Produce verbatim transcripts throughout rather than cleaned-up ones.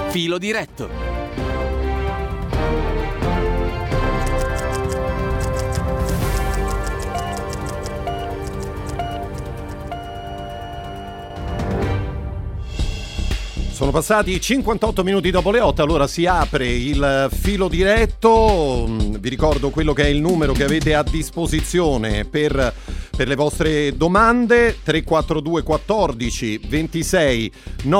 Filo diretto. Sono passati cinquantotto minuti dopo le otto, allora si apre il filo diretto. Vi ricordo quello che è il numero che avete a disposizione per, per le vostre domande: tre quattro due quattordici ventisei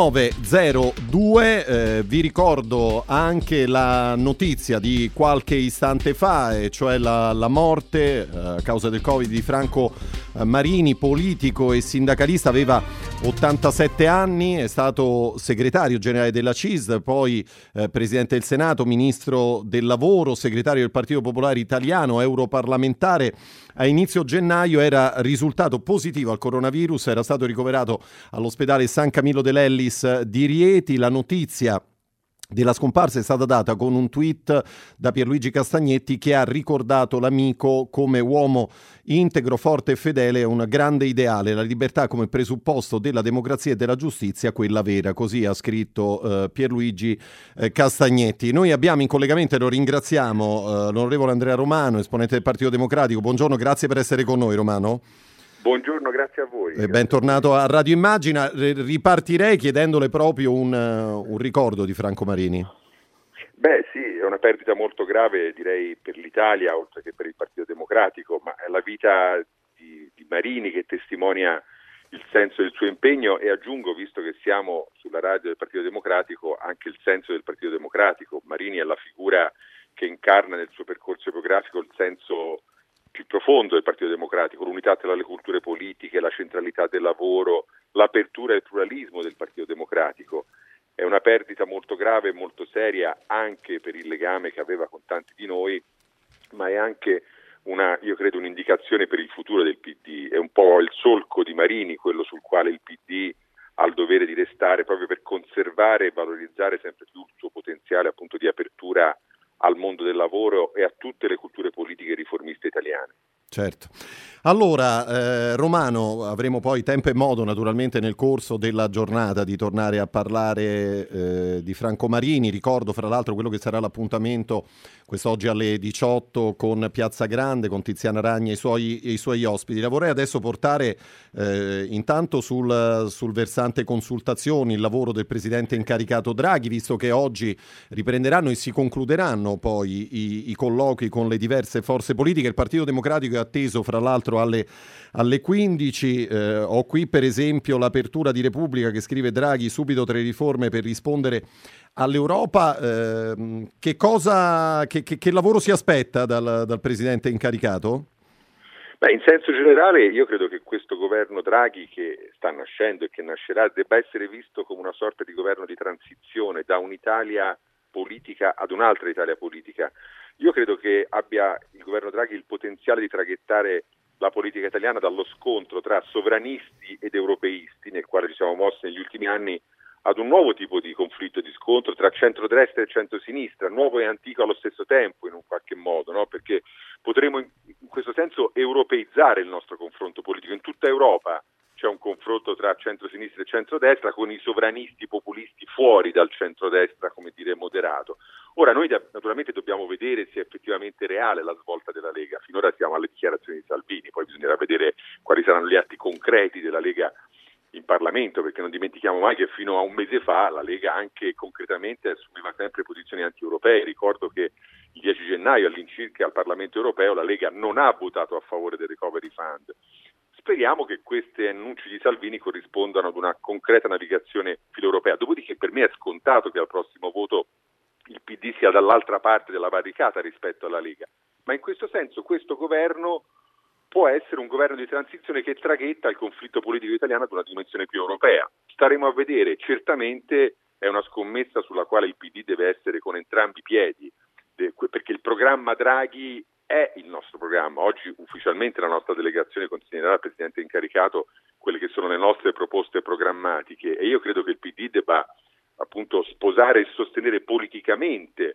novecenodue. Eh, vi ricordo anche la notizia di qualche istante fa, e cioè la, la morte eh, a causa del Covid di Franco Marini, politico e sindacalista. Aveva ottantasette anni, è stato segretario generale della C I S D, poi eh, presidente del Senato, ministro del lavoro, segretario del Partito Popolare Italiano, europarlamentare. A inizio gennaio era risultato positivo al coronavirus, era stato ricoverato all'ospedale San Camillo dell'Ellis di Rieti. La notizia della scomparsa è stata data con un tweet da Pierluigi Castagnetti, che ha ricordato l'amico come uomo integro, forte e fedele a un grande ideale, la libertà come presupposto della democrazia e della giustizia, quella vera. Così ha scritto eh, Pierluigi eh, Castagnetti. Noi abbiamo in collegamento, e lo ringraziamo, eh, l'onorevole Andrea Romano, esponente del Partito Democratico. Buongiorno, grazie per essere con noi, Romano. Buongiorno, grazie a voi. E bentornato a Radio Immagina. Ripartirei chiedendole proprio un, uh, un ricordo di Franco Marini. Beh sì, è una perdita molto grave, direi, per l'Italia, oltre che per il Partito Democratico, ma è la vita di, di Marini che testimonia il senso del suo impegno, e aggiungo, visto che siamo sulla radio del Partito Democratico, anche il senso del Partito Democratico. Marini è la figura che incarna nel suo percorso biografico il senso più profondo del Partito Democratico, l'unità tra le culture politiche, la centralità del lavoro, l'apertura e il pluralismo del Partito Democratico. È una perdita molto grave e molto seria anche per il legame che aveva con tanti di noi, ma è anche una, io credo, un'indicazione per il futuro del P D. È un po' il solco di Marini, quello sul quale il P D ha il dovere di restare, proprio per conservare e valorizzare sempre più il suo potenziale appunto di apertura al mondo del lavoro e a tutte le culture politiche riformiste italiane. Certo. Allora, eh, Romano, avremo poi tempo e modo naturalmente nel corso della giornata di tornare a parlare eh, di Franco Marini. Ricordo fra l'altro quello che sarà l'appuntamento quest'oggi alle diciotto con Piazza Grande, con Tiziana Ragni e i suoi, e i suoi ospiti. La vorrei adesso portare eh, intanto sul, sul versante consultazioni, il lavoro del presidente incaricato Draghi, visto che oggi riprenderanno e si concluderanno poi i, i colloqui con le diverse forze politiche. Il Partito Democratico è atteso fra l'altro alle, alle quindici. Eh, ho qui per esempio l'apertura di Repubblica che scrive: Draghi subito tre riforme per rispondere all'Europa. Eh, che cosa, che, che, che lavoro si aspetta dal, dal presidente incaricato? Beh, in senso generale io credo che questo governo Draghi, che sta nascendo e che nascerà, debba essere visto come una sorta di governo di transizione da un'Italia politica ad un'altra Italia politica. Io credo che abbia il governo Draghi il potenziale di traghettare la politica italiana dallo scontro tra sovranisti ed europeisti, nel quale ci siamo mossi negli ultimi anni, ad un nuovo tipo di conflitto, di scontro tra centrodestra e centrosinistra, nuovo e antico allo stesso tempo in un qualche modo, no? Perché potremo in, in questo senso europeizzare il nostro confronto politico. In tutta Europa c'è un confronto tra centrosinistra e centrodestra, con i sovranisti populisti fuori dal centrodestra, come dire, moderato. Ora noi naturalmente dobbiamo vedere se è effettivamente reale la svolta della Lega. Finora siamo alle dichiarazioni di Salvini, poi bisognerà vedere quali saranno gli atti concreti della Lega in Parlamento, perché non dimentichiamo mai che fino a un mese fa la Lega anche concretamente assumeva sempre posizioni anti-europee. Ricordo che il dieci gennaio all'incirca al Parlamento europeo la Lega non ha votato a favore del Recovery Fund. Speriamo che questi annunci di Salvini corrispondano ad una concreta navigazione filo-europea. Dopodiché per me è scontato che al prossimo voto il P D sia dall'altra parte della barricata rispetto alla Lega, ma in questo senso questo governo può essere un governo di transizione che traghetta il conflitto politico italiano ad una dimensione più europea. Staremo a vedere. Certamente è una scommessa sulla quale il P D deve essere con entrambi i piedi, perché il programma Draghi è il nostro programma. Oggi ufficialmente la nostra delegazione consegnerà al Presidente incaricato quelle che sono le nostre proposte programmatiche, e io credo che il P D debba appunto sposare e sostenere politicamente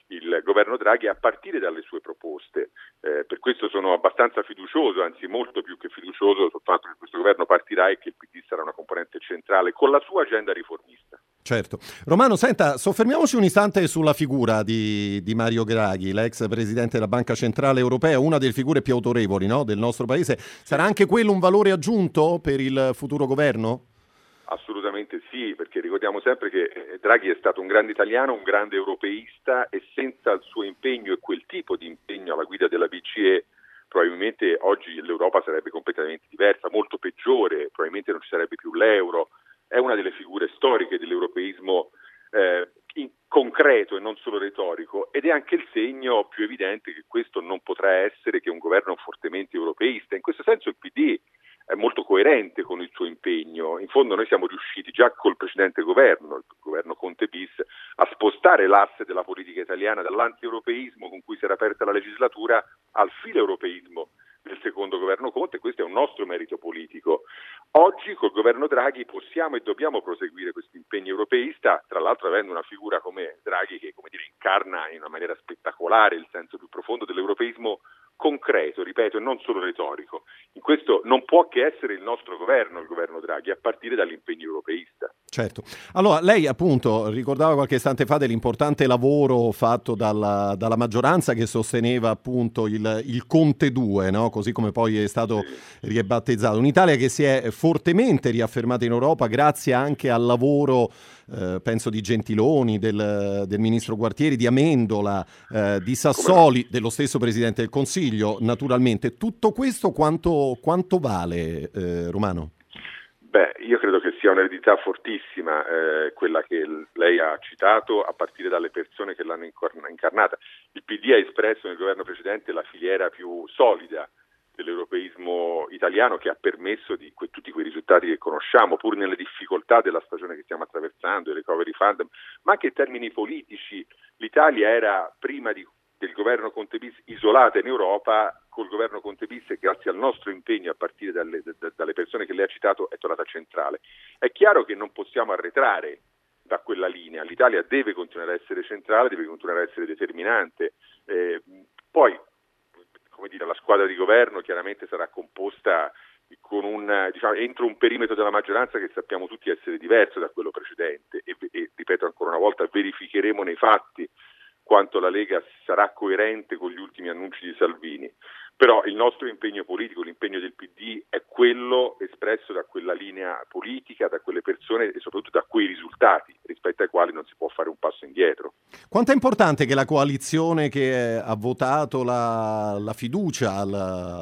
il governo Draghi a partire dalle sue proposte. Eh, per questo sono abbastanza fiducioso, anzi molto più che fiducioso sul fatto che questo governo partirà e che il P D sarà una componente centrale con la sua agenda riformista. Certo. Romano, senta, soffermiamoci un istante sulla figura di, di Mario Draghi, l'ex presidente della Banca Centrale Europea, una delle figure più autorevoli, no, del nostro paese. Sarà anche quello un valore aggiunto per il futuro governo? Assolutamente sì, perché ricordiamo sempre che Draghi è stato un grande italiano, un grande europeista e senza il suo impegno e quel tipo di impegno alla guida della B C E probabilmente oggi l'Europa sarebbe completamente diversa, molto peggiore, probabilmente non ci sarebbe più l'euro. È una delle figure storiche dell'europeismo eh, in concreto e non solo retorico, ed è anche il segno più evidente che questo non potrà essere che un governo fortemente europeista. In questo senso il P D è molto coerente con il suo impegno. In fondo noi siamo riusciti già col precedente governo, il governo Conte bis, a spostare l'asse della politica italiana dall'anti-europeismo con cui si era aperta la legislatura al filo-europeismo del secondo governo Conte. Questo è un nostro merito politico. Oggi col governo Draghi possiamo e dobbiamo proseguire questo impegno europeista, tra l'altro avendo una figura come Draghi che, come dire, incarna in una maniera spettacolare il senso più profondo dell'europeismo concreto, ripeto, e non solo retorico. In questo non può che essere il nostro governo, il governo Draghi, a partire dall'impegno europeista. Certo. Allora, lei appunto ricordava qualche istante fa dell'importante lavoro fatto dalla, dalla maggioranza che sosteneva appunto il, il Conte due, no? Così come poi è stato sì. ribattezzato. Un'Italia che si è fortemente riaffermata in Europa grazie anche al lavoro, eh, penso, di Gentiloni, del, del ministro Gualtieri, di Amendola, eh, di Sassoli, dello stesso Presidente del Consiglio, naturalmente. Tutto questo quanto, quanto vale, eh, Romano? Beh, io credo che sia un'eredità fortissima, eh, quella che lei ha citato, a partire dalle persone che l'hanno incarnata. Il P D ha espresso nel governo precedente la filiera più solida dell'europeismo italiano, che ha permesso di que- tutti quei risultati che conosciamo, pur nelle difficoltà della stagione che stiamo attraversando, il recovery fund, ma anche in termini politici. L'Italia era, prima di del governo Conte bis, isolata in Europa. Col governo Conte bis, grazie al nostro impegno a partire dalle, d- dalle persone che lei ha citato, è tornata centrale. È chiaro che non possiamo arretrare da quella linea. L'Italia deve continuare a essere centrale, deve continuare a essere determinante. Eh, poi, come dire, la squadra di governo chiaramente sarà composta con un, diciamo, entro un perimetro della maggioranza che sappiamo tutti essere diverso da quello precedente e, e ripeto ancora una volta, verificheremo nei fatti quanto la Lega sarà coerente con gli ultimi annunci di Salvini. Però il nostro impegno politico, l'impegno del P D è quello espresso da quella linea politica, da quelle persone e soprattutto da quei risultati rispetto ai quali non si può fare un passo indietro. Quanto è importante che la coalizione che ha votato la, la fiducia al,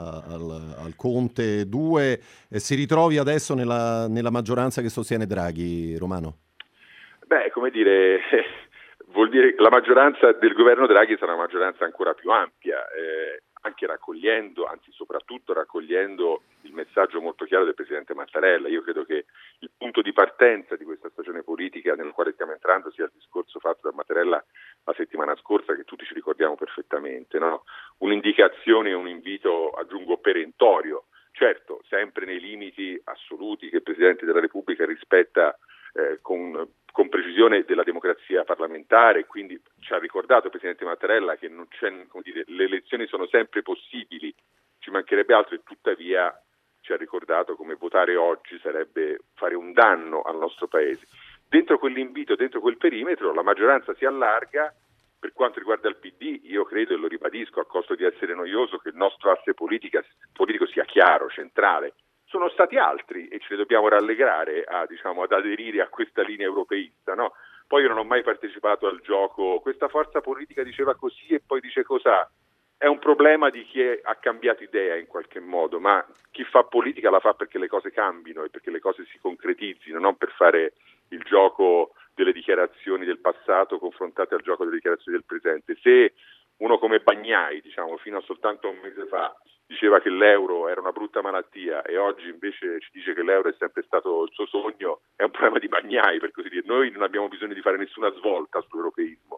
al, al Conte due eh, si ritrovi adesso nella, nella maggioranza che sostiene Draghi, Romano? Beh, come dire... Vuol dire che la maggioranza del governo Draghi sarà una maggioranza ancora più ampia, eh, anche raccogliendo, anzi soprattutto raccogliendo il messaggio molto chiaro del Presidente Mattarella. Io credo che il punto di partenza di questa stagione politica nella quale stiamo entrando sia il discorso fatto da Mattarella la settimana scorsa, che tutti ci ricordiamo perfettamente, no? Un'indicazione e un invito, aggiungo, perentorio, certo sempre nei limiti assoluti che il Presidente della Repubblica rispetta eh, con con precisione della democrazia parlamentare. Quindi ci ha ricordato il Presidente Mattarella che non c'è, come dire, le elezioni sono sempre possibili, ci mancherebbe altro, e tuttavia ci ha ricordato come votare oggi sarebbe fare un danno al nostro Paese. Dentro quell'invito, dentro quel perimetro, la maggioranza si allarga. Per quanto riguarda il P D, io credo, e lo ribadisco a costo di essere noioso, che il nostro asse politica, politico sia chiaro, centrale. Sono stati altri e ce ne dobbiamo rallegrare a, diciamo, ad aderire a questa linea europeista, no? Poi io non ho mai partecipato al gioco, questa forza politica diceva così e poi dice cos'ha. È un problema di chi è, ha cambiato idea in qualche modo, ma chi fa politica la fa perché le cose cambino e perché le cose si concretizzino, non per fare il gioco delle dichiarazioni del passato confrontate al gioco delle dichiarazioni del presente. Se uno come Bagnai, diciamo, fino a soltanto un mese fa, diceva che l'euro era una brutta malattia e oggi invece ci dice che l'euro è sempre stato il suo sogno, è un problema di Bagnai, per così dire. Noi non abbiamo bisogno di fare nessuna svolta sull'europeismo.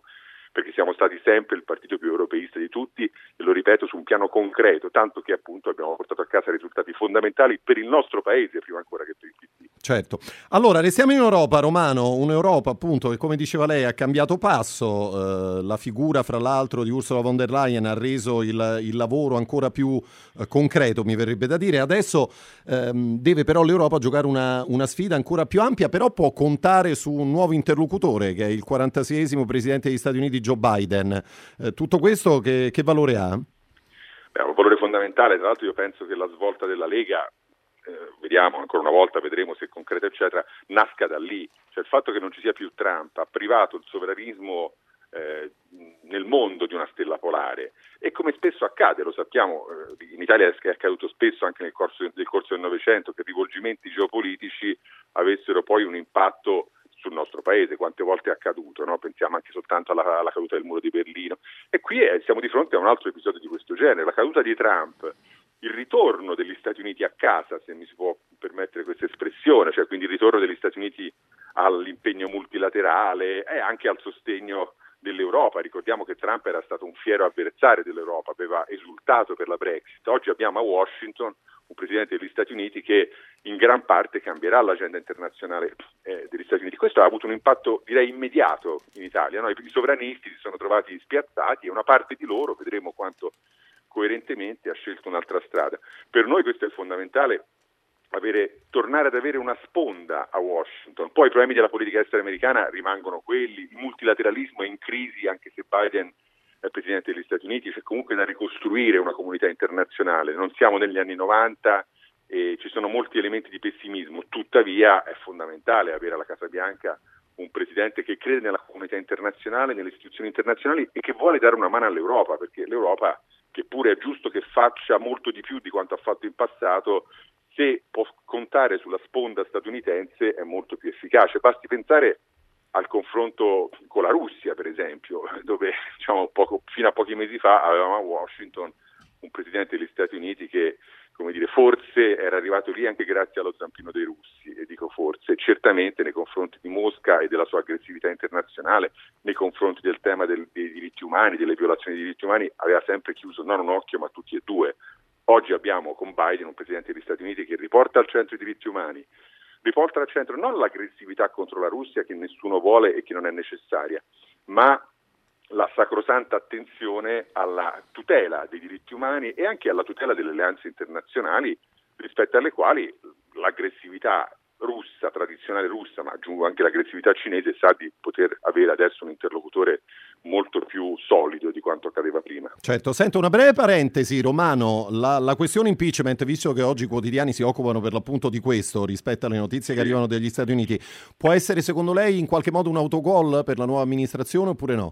perché siamo stati sempre il partito più europeista di tutti, e lo ripeto, su un piano concreto, tanto che appunto abbiamo portato a casa risultati fondamentali per il nostro paese prima ancora che per il P D. Certo. Allora, restiamo in Europa, Romano, un'Europa appunto che, come diceva lei, ha cambiato passo, eh, la figura fra l'altro di Ursula von der Leyen ha reso il, il lavoro ancora più eh, concreto, mi verrebbe da dire. Adesso ehm, deve però l'Europa giocare una, una sfida ancora più ampia, però può contare su un nuovo interlocutore che è il quarantaseiesimo presidente degli Stati Uniti, Joe Biden. Eh, tutto questo che, che valore ha? Beh, un valore fondamentale. Tra l'altro io penso che la svolta della Lega, Eh, vediamo ancora una volta, vedremo se è concreta eccetera, nasca da lì. Cioè il fatto che non ci sia più Trump ha privato il sovranismo eh, nel mondo di una stella polare, e come spesso accade, lo sappiamo, eh, in Italia è accaduto spesso anche nel corso, nel corso del Novecento, che rivolgimenti geopolitici avessero poi un impatto sul nostro paese. Quante volte è accaduto, no? Pensiamo anche soltanto alla, alla caduta del muro di Berlino, e qui è, siamo di fronte a un altro episodio di questo genere, la caduta di Trump, il ritorno degli Stati Uniti a casa, se mi si può permettere questa espressione, cioè quindi il ritorno degli Stati Uniti all'impegno multilaterale e anche al sostegno dell'Europa. Ricordiamo che Trump era stato un fiero avversario dell'Europa, aveva esultato per la Brexit. Oggi abbiamo a Washington un presidente degli Stati Uniti che in gran parte cambierà l'agenda internazionale eh, degli Stati Uniti. Questo ha avuto un impatto, direi, immediato in Italia, no? I sovranisti si sono trovati spiazzati e una parte di loro, vedremo quanto coerentemente, ha scelto un'altra strada. Per noi questo è fondamentale, avere, tornare ad avere una sponda a Washington. Poi i problemi della politica estera americana rimangono quelli, il multilateralismo è in crisi anche se Biden è presidente degli Stati Uniti, c'è comunque da ricostruire una comunità internazionale, non siamo negli anni novanta e ci sono molti elementi di pessimismo, tuttavia è fondamentale avere alla Casa Bianca un presidente che crede nella comunità internazionale, nelle istituzioni internazionali e che vuole dare una mano all'Europa, perché l'Europa, che pure è giusto che faccia molto di più di quanto ha fatto in passato, se può contare sulla sponda statunitense è molto più efficace. Basti pensare al confronto con la Russia, per esempio, dove diciamo, poco, fino a pochi mesi fa avevamo a Washington un presidente degli Stati Uniti che, come dire, forse era arrivato lì anche grazie allo zampino dei russi, e dico forse, certamente nei confronti di Mosca e della sua aggressività internazionale, nei confronti del tema del, dei diritti umani, delle violazioni dei diritti umani, aveva sempre chiuso non un occhio ma tutti e due. Oggi abbiamo con Biden un presidente degli Stati Uniti che riporta al centro i diritti umani, riporta al centro non l'aggressività contro la Russia che nessuno vuole e che non è necessaria, ma la sacrosanta attenzione alla tutela dei diritti umani e anche alla tutela delle alleanze internazionali, rispetto alle quali l'aggressività russa, tradizionale russa, ma aggiungo anche l'aggressività cinese, sa di poter avere adesso un interlocutore molto più solido di quanto accadeva prima. Certo, sento una breve parentesi, Romano, la, la questione impeachment, visto che oggi i quotidiani si occupano per l'appunto di questo rispetto alle notizie che arrivano dagli Stati Uniti, può essere secondo lei in qualche modo un autogol per la nuova amministrazione oppure no?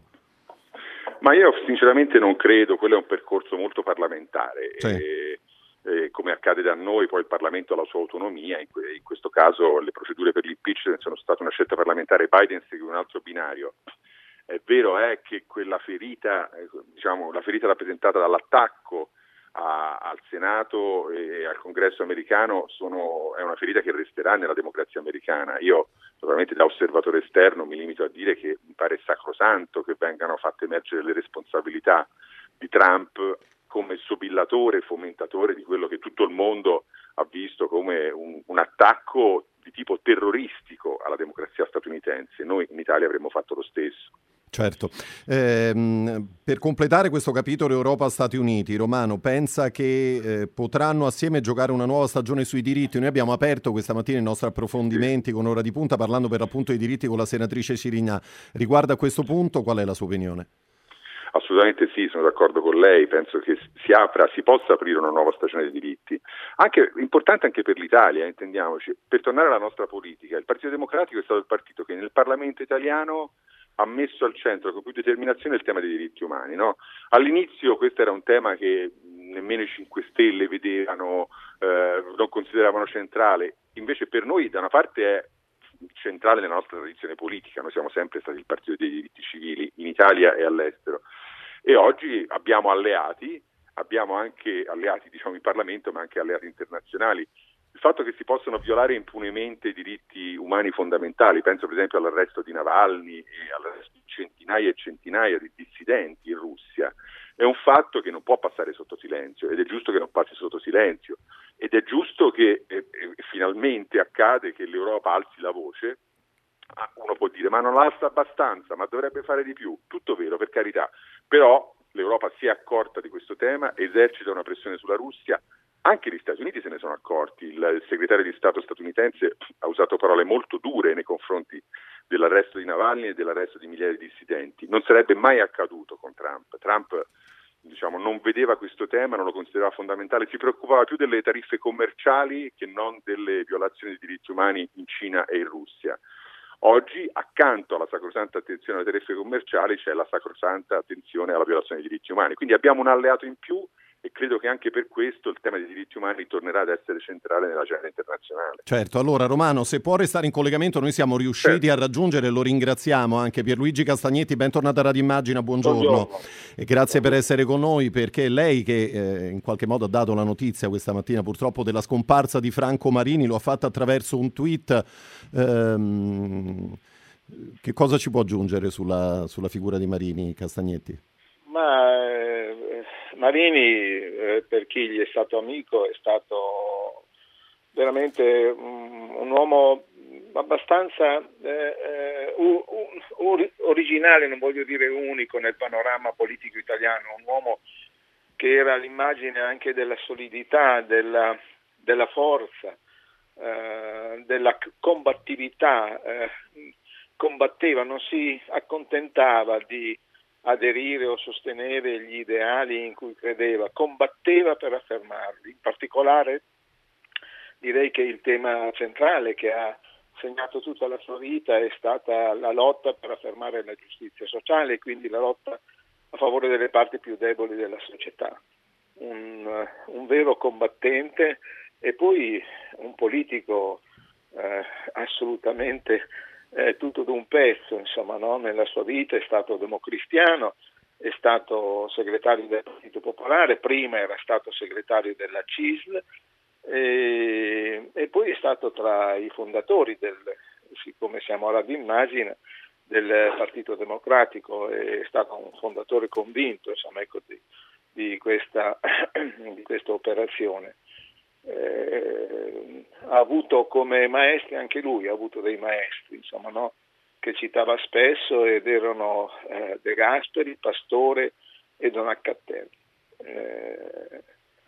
Ma io sinceramente non credo, quello è un percorso molto parlamentare. Sì. E, e come accade da noi, poi il Parlamento ha la sua autonomia, in, que- in questo caso le procedure per l'impeachment sono state una scelta parlamentare, Biden segue un altro binario. È vero è che quella ferita, eh, diciamo la ferita rappresentata dall'attacco a, al Senato e al Congresso americano sono, è una ferita che resterà nella democrazia americana. Io naturalmente da osservatore esterno mi limito a dire che mi pare sacrosanto che vengano fatte emergere le responsabilità di Trump come sobillatore e fomentatore di quello che tutto il mondo ha visto come un, un attacco di tipo terroristico alla democrazia statunitense. Noi in Italia avremmo fatto lo stesso. Certo. Ehm, per completare questo capitolo Europa-Stati Uniti, Romano, pensa che eh, potranno assieme giocare una nuova stagione sui diritti? Noi abbiamo aperto questa mattina i nostri approfondimenti con Ora di Punta parlando per l'appunto dei diritti con la senatrice Cirignà. Riguardo a questo punto, qual è la sua opinione? Assolutamente sì, sono d'accordo con lei, penso che si apra, si possa aprire una nuova stagione dei diritti, anche importante anche per l'Italia, eh, intendiamoci. Per tornare alla nostra politica, il Partito Democratico è stato il partito che nel Parlamento italiano ha messo al centro con più determinazione il tema dei diritti umani, no? All'inizio questo era un tema che nemmeno i cinque Stelle vedevano, eh, non consideravano centrale, invece per noi da una parte è centrale nella nostra tradizione politica, noi siamo sempre stati il partito dei diritti civili in Italia e all'estero e oggi abbiamo alleati, abbiamo anche alleati diciamo in Parlamento ma anche alleati internazionali. il fatto che si possono violare impunemente i diritti umani fondamentali, penso per esempio all'arresto di Navalny e all'arresto di centinaia e centinaia di dissidenti in Russia, è un fatto che non può passare sotto silenzio, ed è giusto che non passi sotto silenzio, ed è giusto che eh, eh, finalmente accade che l'Europa alzi la voce. Uno può dire ma non alza abbastanza, ma dovrebbe fare di più, tutto vero, per carità, però l'Europa si è accorta di questo tema, esercita una pressione sulla Russia. Anche gli Stati Uniti se ne sono accorti, il, il segretario di Stato statunitense ha usato parole molto dure nei confronti dell'arresto di Navalny e dell'arresto di migliaia di dissidenti. Non sarebbe mai accaduto con Trump. Trump diciamo, non vedeva questo tema, non lo considerava fondamentale, si preoccupava più delle tariffe commerciali che non delle violazioni dei diritti umani in Cina e in Russia. Oggi, accanto alla sacrosanta attenzione alle tariffe commerciali, c'è la sacrosanta attenzione alla violazione dei diritti umani. Quindi abbiamo un alleato in più e credo che anche per questo il tema dei diritti umani tornerà ad essere centrale nell'agenda internazionale. Certo, allora Romano, se può restare in collegamento, noi siamo riusciti certo. a raggiungere, lo ringraziamo anche Pierluigi Castagnetti, bentornato a Radio Immagina, buongiorno, buongiorno. E grazie buongiorno. per essere con noi, perché lei che eh, in qualche modo ha dato la notizia questa mattina purtroppo della scomparsa di Franco Marini, lo ha fatto attraverso un tweet. Ehm, che cosa ci può aggiungere sulla, sulla figura di Marini, Castagnetti? Ma eh, Marini, eh, per chi gli è stato amico, è stato veramente un, un uomo abbastanza eh, uh, uh, originale, non voglio dire unico nel panorama politico italiano, un uomo che era l'immagine anche della solidità, della, della forza, eh, della combattività, eh, combatteva, non si accontentava di aderire o sostenere gli ideali in cui credeva, combatteva per affermarli. In particolare direi che il tema centrale che ha segnato tutta la sua vita è stata la lotta per affermare la giustizia sociale e quindi la lotta a favore delle parti più deboli della società. Un, un vero combattente e poi un politico eh, assolutamente Eh, tutto d'un pezzo, insomma, no? Nella sua vita è stato democristiano, è stato segretario del Partito Popolare, prima era stato segretario della C I S L e, e poi è stato tra i fondatori del, siccome siamo alla Immagina, del Partito Democratico, è stato un fondatore convinto, insomma, ecco, di, di questa di questa operazione. Eh, ha avuto come maestri anche lui, ha avuto dei maestri, insomma, no? Che citava spesso ed erano eh, De Gasperi, Pastore e Don Accattelli. Eh,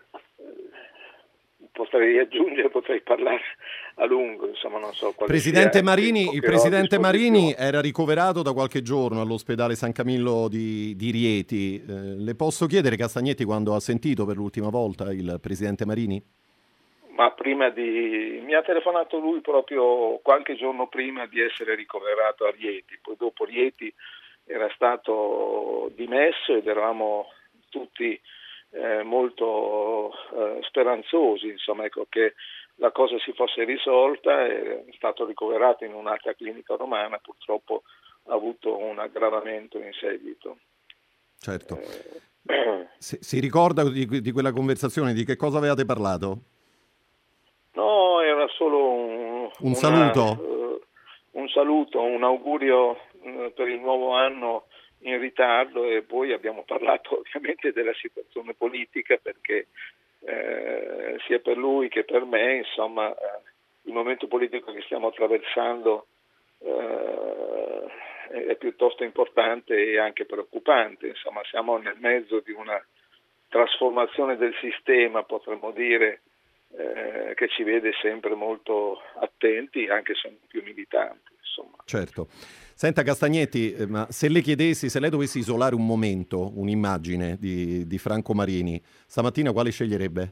potrei aggiungere, potrei parlare a lungo, insomma, non so. Presidente Marini, il presidente Marini era ricoverato da qualche giorno all'ospedale San Camillo di, di Rieti. Eh, le posso chiedere, Castagnetti, quando ha sentito per l'ultima volta il presidente Marini? Ma prima di... mi ha telefonato lui proprio qualche giorno prima di essere ricoverato a Rieti, poi dopo Rieti era stato dimesso ed eravamo tutti eh, molto eh, speranzosi, insomma, ecco, che la cosa si fosse risolta. È stato ricoverato in un'altra clinica romana, purtroppo ha avuto un aggravamento in seguito. Certo. Eh, si, si ricorda di, di quella conversazione, di che cosa avevate parlato? No, era solo un, un una, saluto, uh, un saluto, un augurio uh, per il nuovo anno in ritardo, e poi abbiamo parlato ovviamente della situazione politica, perché eh, sia per lui che per me, insomma, eh, il momento politico che stiamo attraversando eh, è, è piuttosto importante e anche preoccupante. Insomma, siamo nel mezzo di una trasformazione del sistema, potremmo dire, Eh, che ci vede sempre molto attenti, anche se più militanti, insomma. Certo. Senta Castagnetti, eh, ma se le chiedessi, se lei dovesse isolare un momento, un'immagine di, di Franco Marini, stamattina quale sceglierebbe?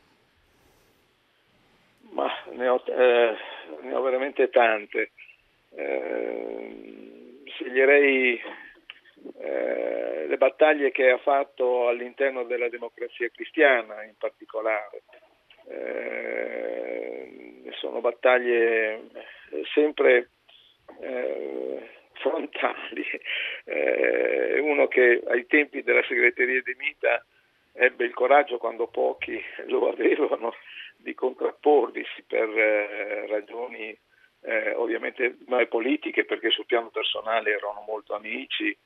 Ma ne ho, eh, ne ho veramente tante. Eh, sceglierei eh, le battaglie che ha fatto all'interno della Democrazia Cristiana in particolare. Eh, sono battaglie sempre eh, frontali. Eh, uno che ai tempi della segreteria di Mita ebbe il coraggio, quando pochi lo avevano, di contrapporvisi per eh, ragioni eh, ovviamente politiche, perché sul piano personale erano molto amici,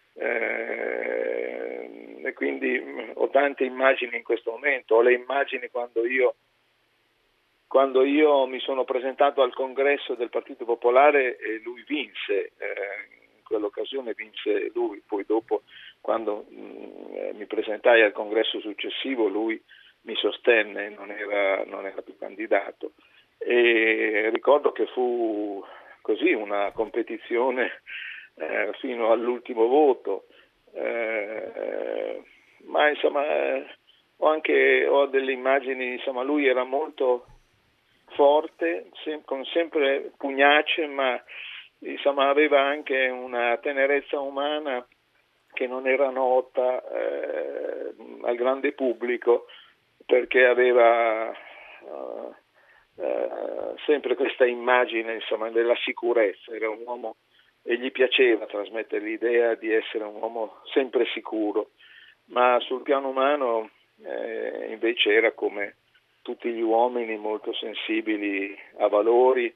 eh, e quindi mh, ho tante immagini in questo momento. Ho le immagini quando io quando io mi sono presentato al congresso del Partito Popolare e lui vinse, eh, in quell'occasione vinse lui, poi dopo quando mh, mi presentai al congresso successivo lui mi sostenne, non era, non era più candidato, e ricordo che fu così una competizione eh, fino all'ultimo voto, eh, ma insomma eh, ho anche ho delle immagini, insomma lui era molto forte, sem- con sempre pugnace, ma insomma aveva anche una tenerezza umana che non era nota eh, al grande pubblico, perché aveva uh, uh, sempre questa immagine, insomma, della sicurezza. Era un uomo e gli piaceva trasmettere l'idea di essere un uomo sempre sicuro, ma sul piano umano eh, invece era come tutti gli uomini, molto sensibili a valori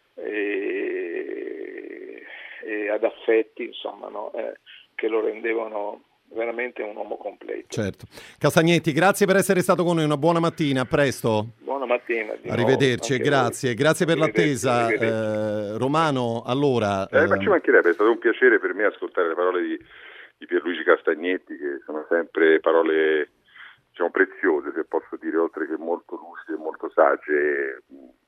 e, e ad affetti, insomma, no? eh, che lo rendevano veramente un uomo completo. Certo. Castagnetti, grazie per essere stato con noi, una buona mattina, a presto. Buona mattina. Arrivederci e grazie, grazie per l'attesa. Eh, Romano, allora... Eh, ma ci mancherebbe, è stato un piacere per me ascoltare le parole di, di Pierluigi Castagnetti, che sono sempre parole, diciamo, preziose, se posso dire, oltre che molto lucide e molto sagge.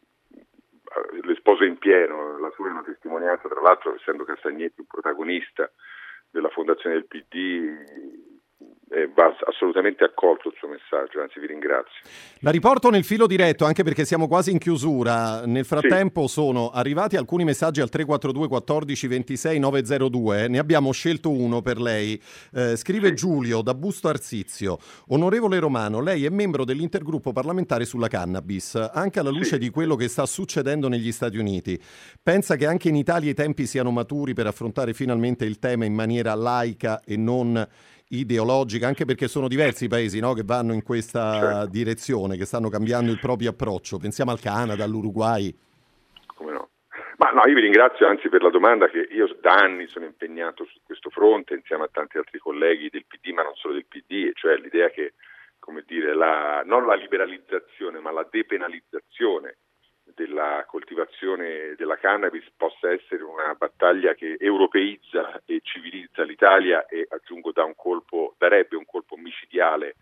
Le sposo in pieno, la sua è una testimonianza, tra l'altro, essendo Castagnetti un protagonista della fondazione del P D, eh, va assolutamente accolto il suo messaggio, anzi vi ringrazio. La riporto nel filo diretto, anche perché siamo quasi in chiusura. Nel frattempo sì. Sono arrivati alcuni messaggi al tre quattro due quattordici ventisei novecentodue, ne abbiamo scelto uno per lei. Eh, scrive sì. Giulio da Busto Arsizio: onorevole Romano, lei è membro dell'intergruppo parlamentare sulla cannabis. Anche alla luce sì. di quello che sta succedendo negli Stati Uniti, pensa che anche in Italia i tempi siano maturi per affrontare finalmente il tema in maniera laica e non ideologica, anche perché sono diversi i paesi, no, che vanno in questa certo. direzione, che stanno cambiando il proprio approccio? Pensiamo al Canada, all'Uruguay. Come no? Ma no, io vi ringrazio anzi per la domanda, che io da anni sono impegnato su questo fronte insieme a tanti altri colleghi del P D, ma non solo del P D, e cioè l'idea che, come dire, la, non la liberalizzazione ma la depenalizzazione della coltivazione della cannabis possa essere una battaglia che europeizza e civilizza l'Italia e, aggiungo, da un colpo, darebbe un colpo micidiale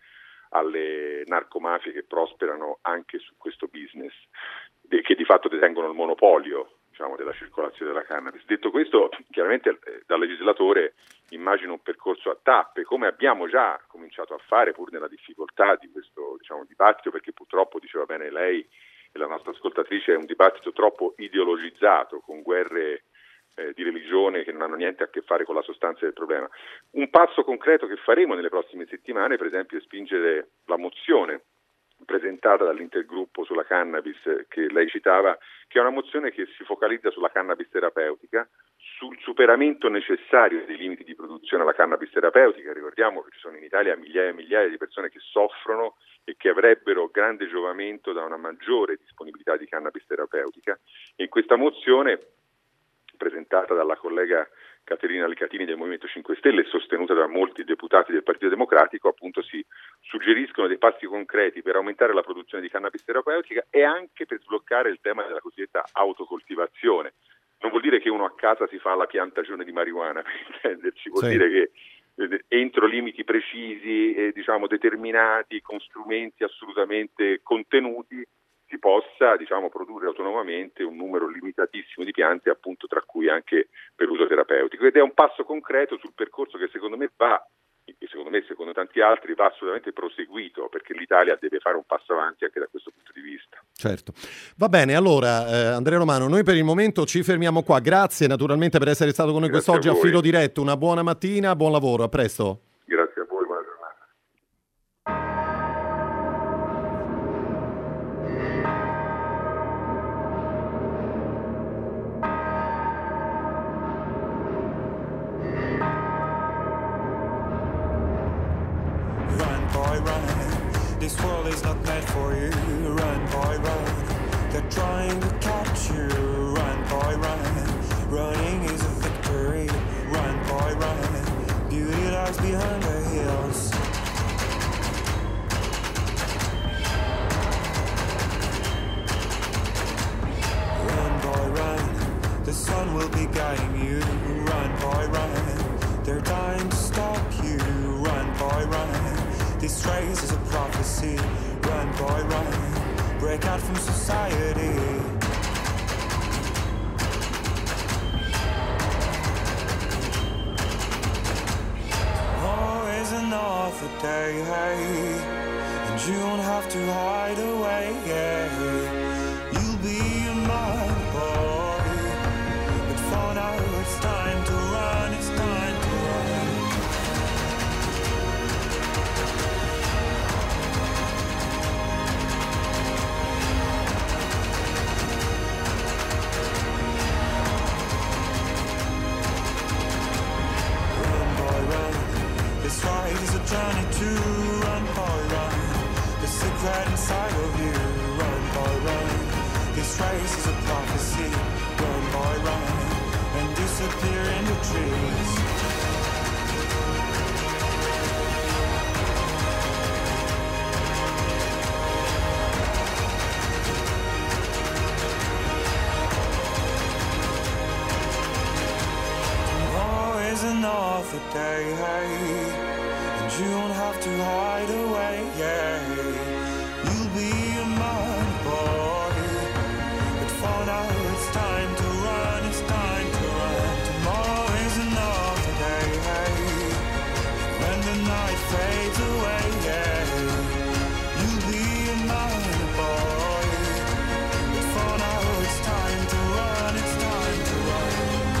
alle narcomafie che prosperano anche su questo business, che di fatto detengono il monopolio, diciamo, della circolazione della cannabis. Detto questo, chiaramente eh, da legislatore immagino un percorso a tappe, come abbiamo già cominciato a fare pur nella difficoltà di questo, diciamo, dibattito, perché purtroppo, diceva bene lei e la nostra ascoltatrice, è un dibattito troppo ideologizzato, con guerre eh, di religione che non hanno niente a che fare con la sostanza del problema. Un passo concreto che faremo nelle prossime settimane, per esempio, è spingere la mozione presentata dall'intergruppo sulla cannabis che lei citava, che è una mozione che si focalizza sulla cannabis terapeutica, sul superamento necessario dei limiti di produzione alla cannabis terapeutica. Ricordiamo che ci sono in Italia migliaia e migliaia di persone che soffrono e che avrebbero grande giovamento da una maggiore disponibilità di cannabis terapeutica. E in questa mozione, presentata dalla collega Caterina Licatini del Movimento cinque Stelle e sostenuta da molti deputati del Partito Democratico, appunto si suggeriscono dei passi concreti per aumentare la produzione di cannabis terapeutica e anche per sbloccare il tema della cosiddetta autocoltivazione. Non vuol dire che uno a casa si fa la piantagione di marijuana, per intenderci, vuol sì. dire che eh, entro limiti precisi, eh, diciamo determinati, con strumenti assolutamente contenuti, si possa, diciamo, produrre autonomamente un numero limitatissimo di piante, appunto tra cui anche per uso terapeutico. Ed è un passo concreto sul percorso che secondo me va, e secondo me, secondo tanti altri, va assolutamente proseguito, perché l'Italia deve fare un passo avanti anche da questo punto di vista. Certo. Va bene, allora eh, Andrea Romano, noi per il momento ci fermiamo qua. Grazie naturalmente per essere stato con noi Grazie quest'oggi a, a Filo Diretto. Una buona mattina, buon lavoro, a presto. Grazie a voi, buona giornata. Run, boy, run. This world is not meant for you. Run, boy, run. They're trying to catch you. Run, boy, run. Running is a victory. Run, boy, run. Beauty lies behind the hills. Run, boy, run. The sun will be guiding you. Run, boy, run. They're dying to stop you. Run, boy, run. This race is a prophecy. Run, boy, run. Break out from society. Oh, is another day, hey, and you don't have to hide away, yeah. You'll be a man, boy, but for now it's time to run, it's time to run. This ride is a journey to run, boy, run. The secret inside of you, run, boy, run. This race is a prophecy, run, boy, run. And disappear in the trees. Another day, hey, and you don't have to hide away, yeah. You'll be a man, boy, but for now it's time to run, it's time to run. Tomorrow is another day, hey, when the night fades away, yeah. You'll be a man, boy, but for now it's time to run, it's time to run.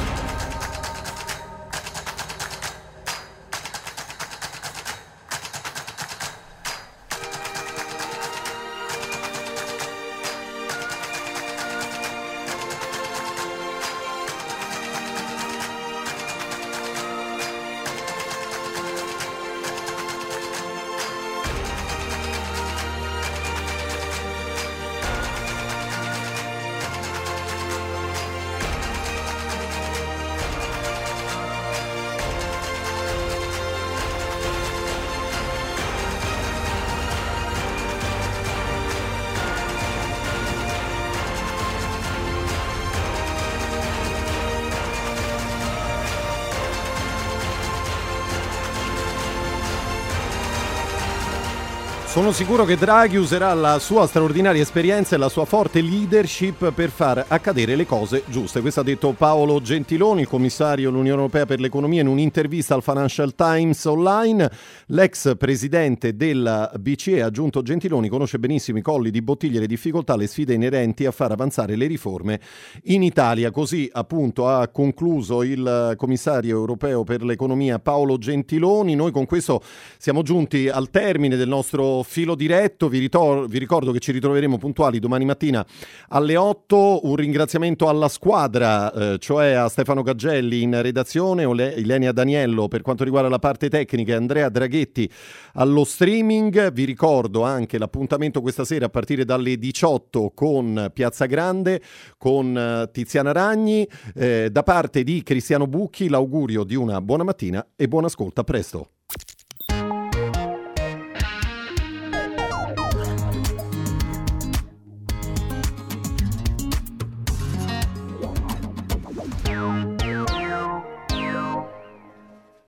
Sono sicuro che Draghi userà la sua straordinaria esperienza e la sua forte leadership per far accadere le cose giuste. Questo ha detto Paolo Gentiloni, il commissario dell'Unione Europea per l'economia, in un'intervista al Financial Times Online. L'ex presidente della B C E, ha aggiunto Gentiloni, conosce benissimo i colli di bottiglia, le difficoltà, le sfide inerenti a far avanzare le riforme in Italia. Così appunto ha concluso il commissario europeo per l'economia Paolo Gentiloni. Noi con questo siamo giunti al termine del nostro filo diretto. Vi, ritor- vi ricordo che ci ritroveremo puntuali domani mattina alle otto. Un ringraziamento alla squadra, eh, cioè a Stefano Gaggelli in redazione, Ole- Ilenia Daniello per quanto riguarda la parte tecnica e Andrea Draghetti allo streaming. Vi ricordo anche l'appuntamento questa sera a partire dalle diciotto con Piazza Grande con eh, Tiziana Ragni. Eh, da parte di Cristiano Bucchi l'augurio di una buona mattina e buon ascolto. A presto.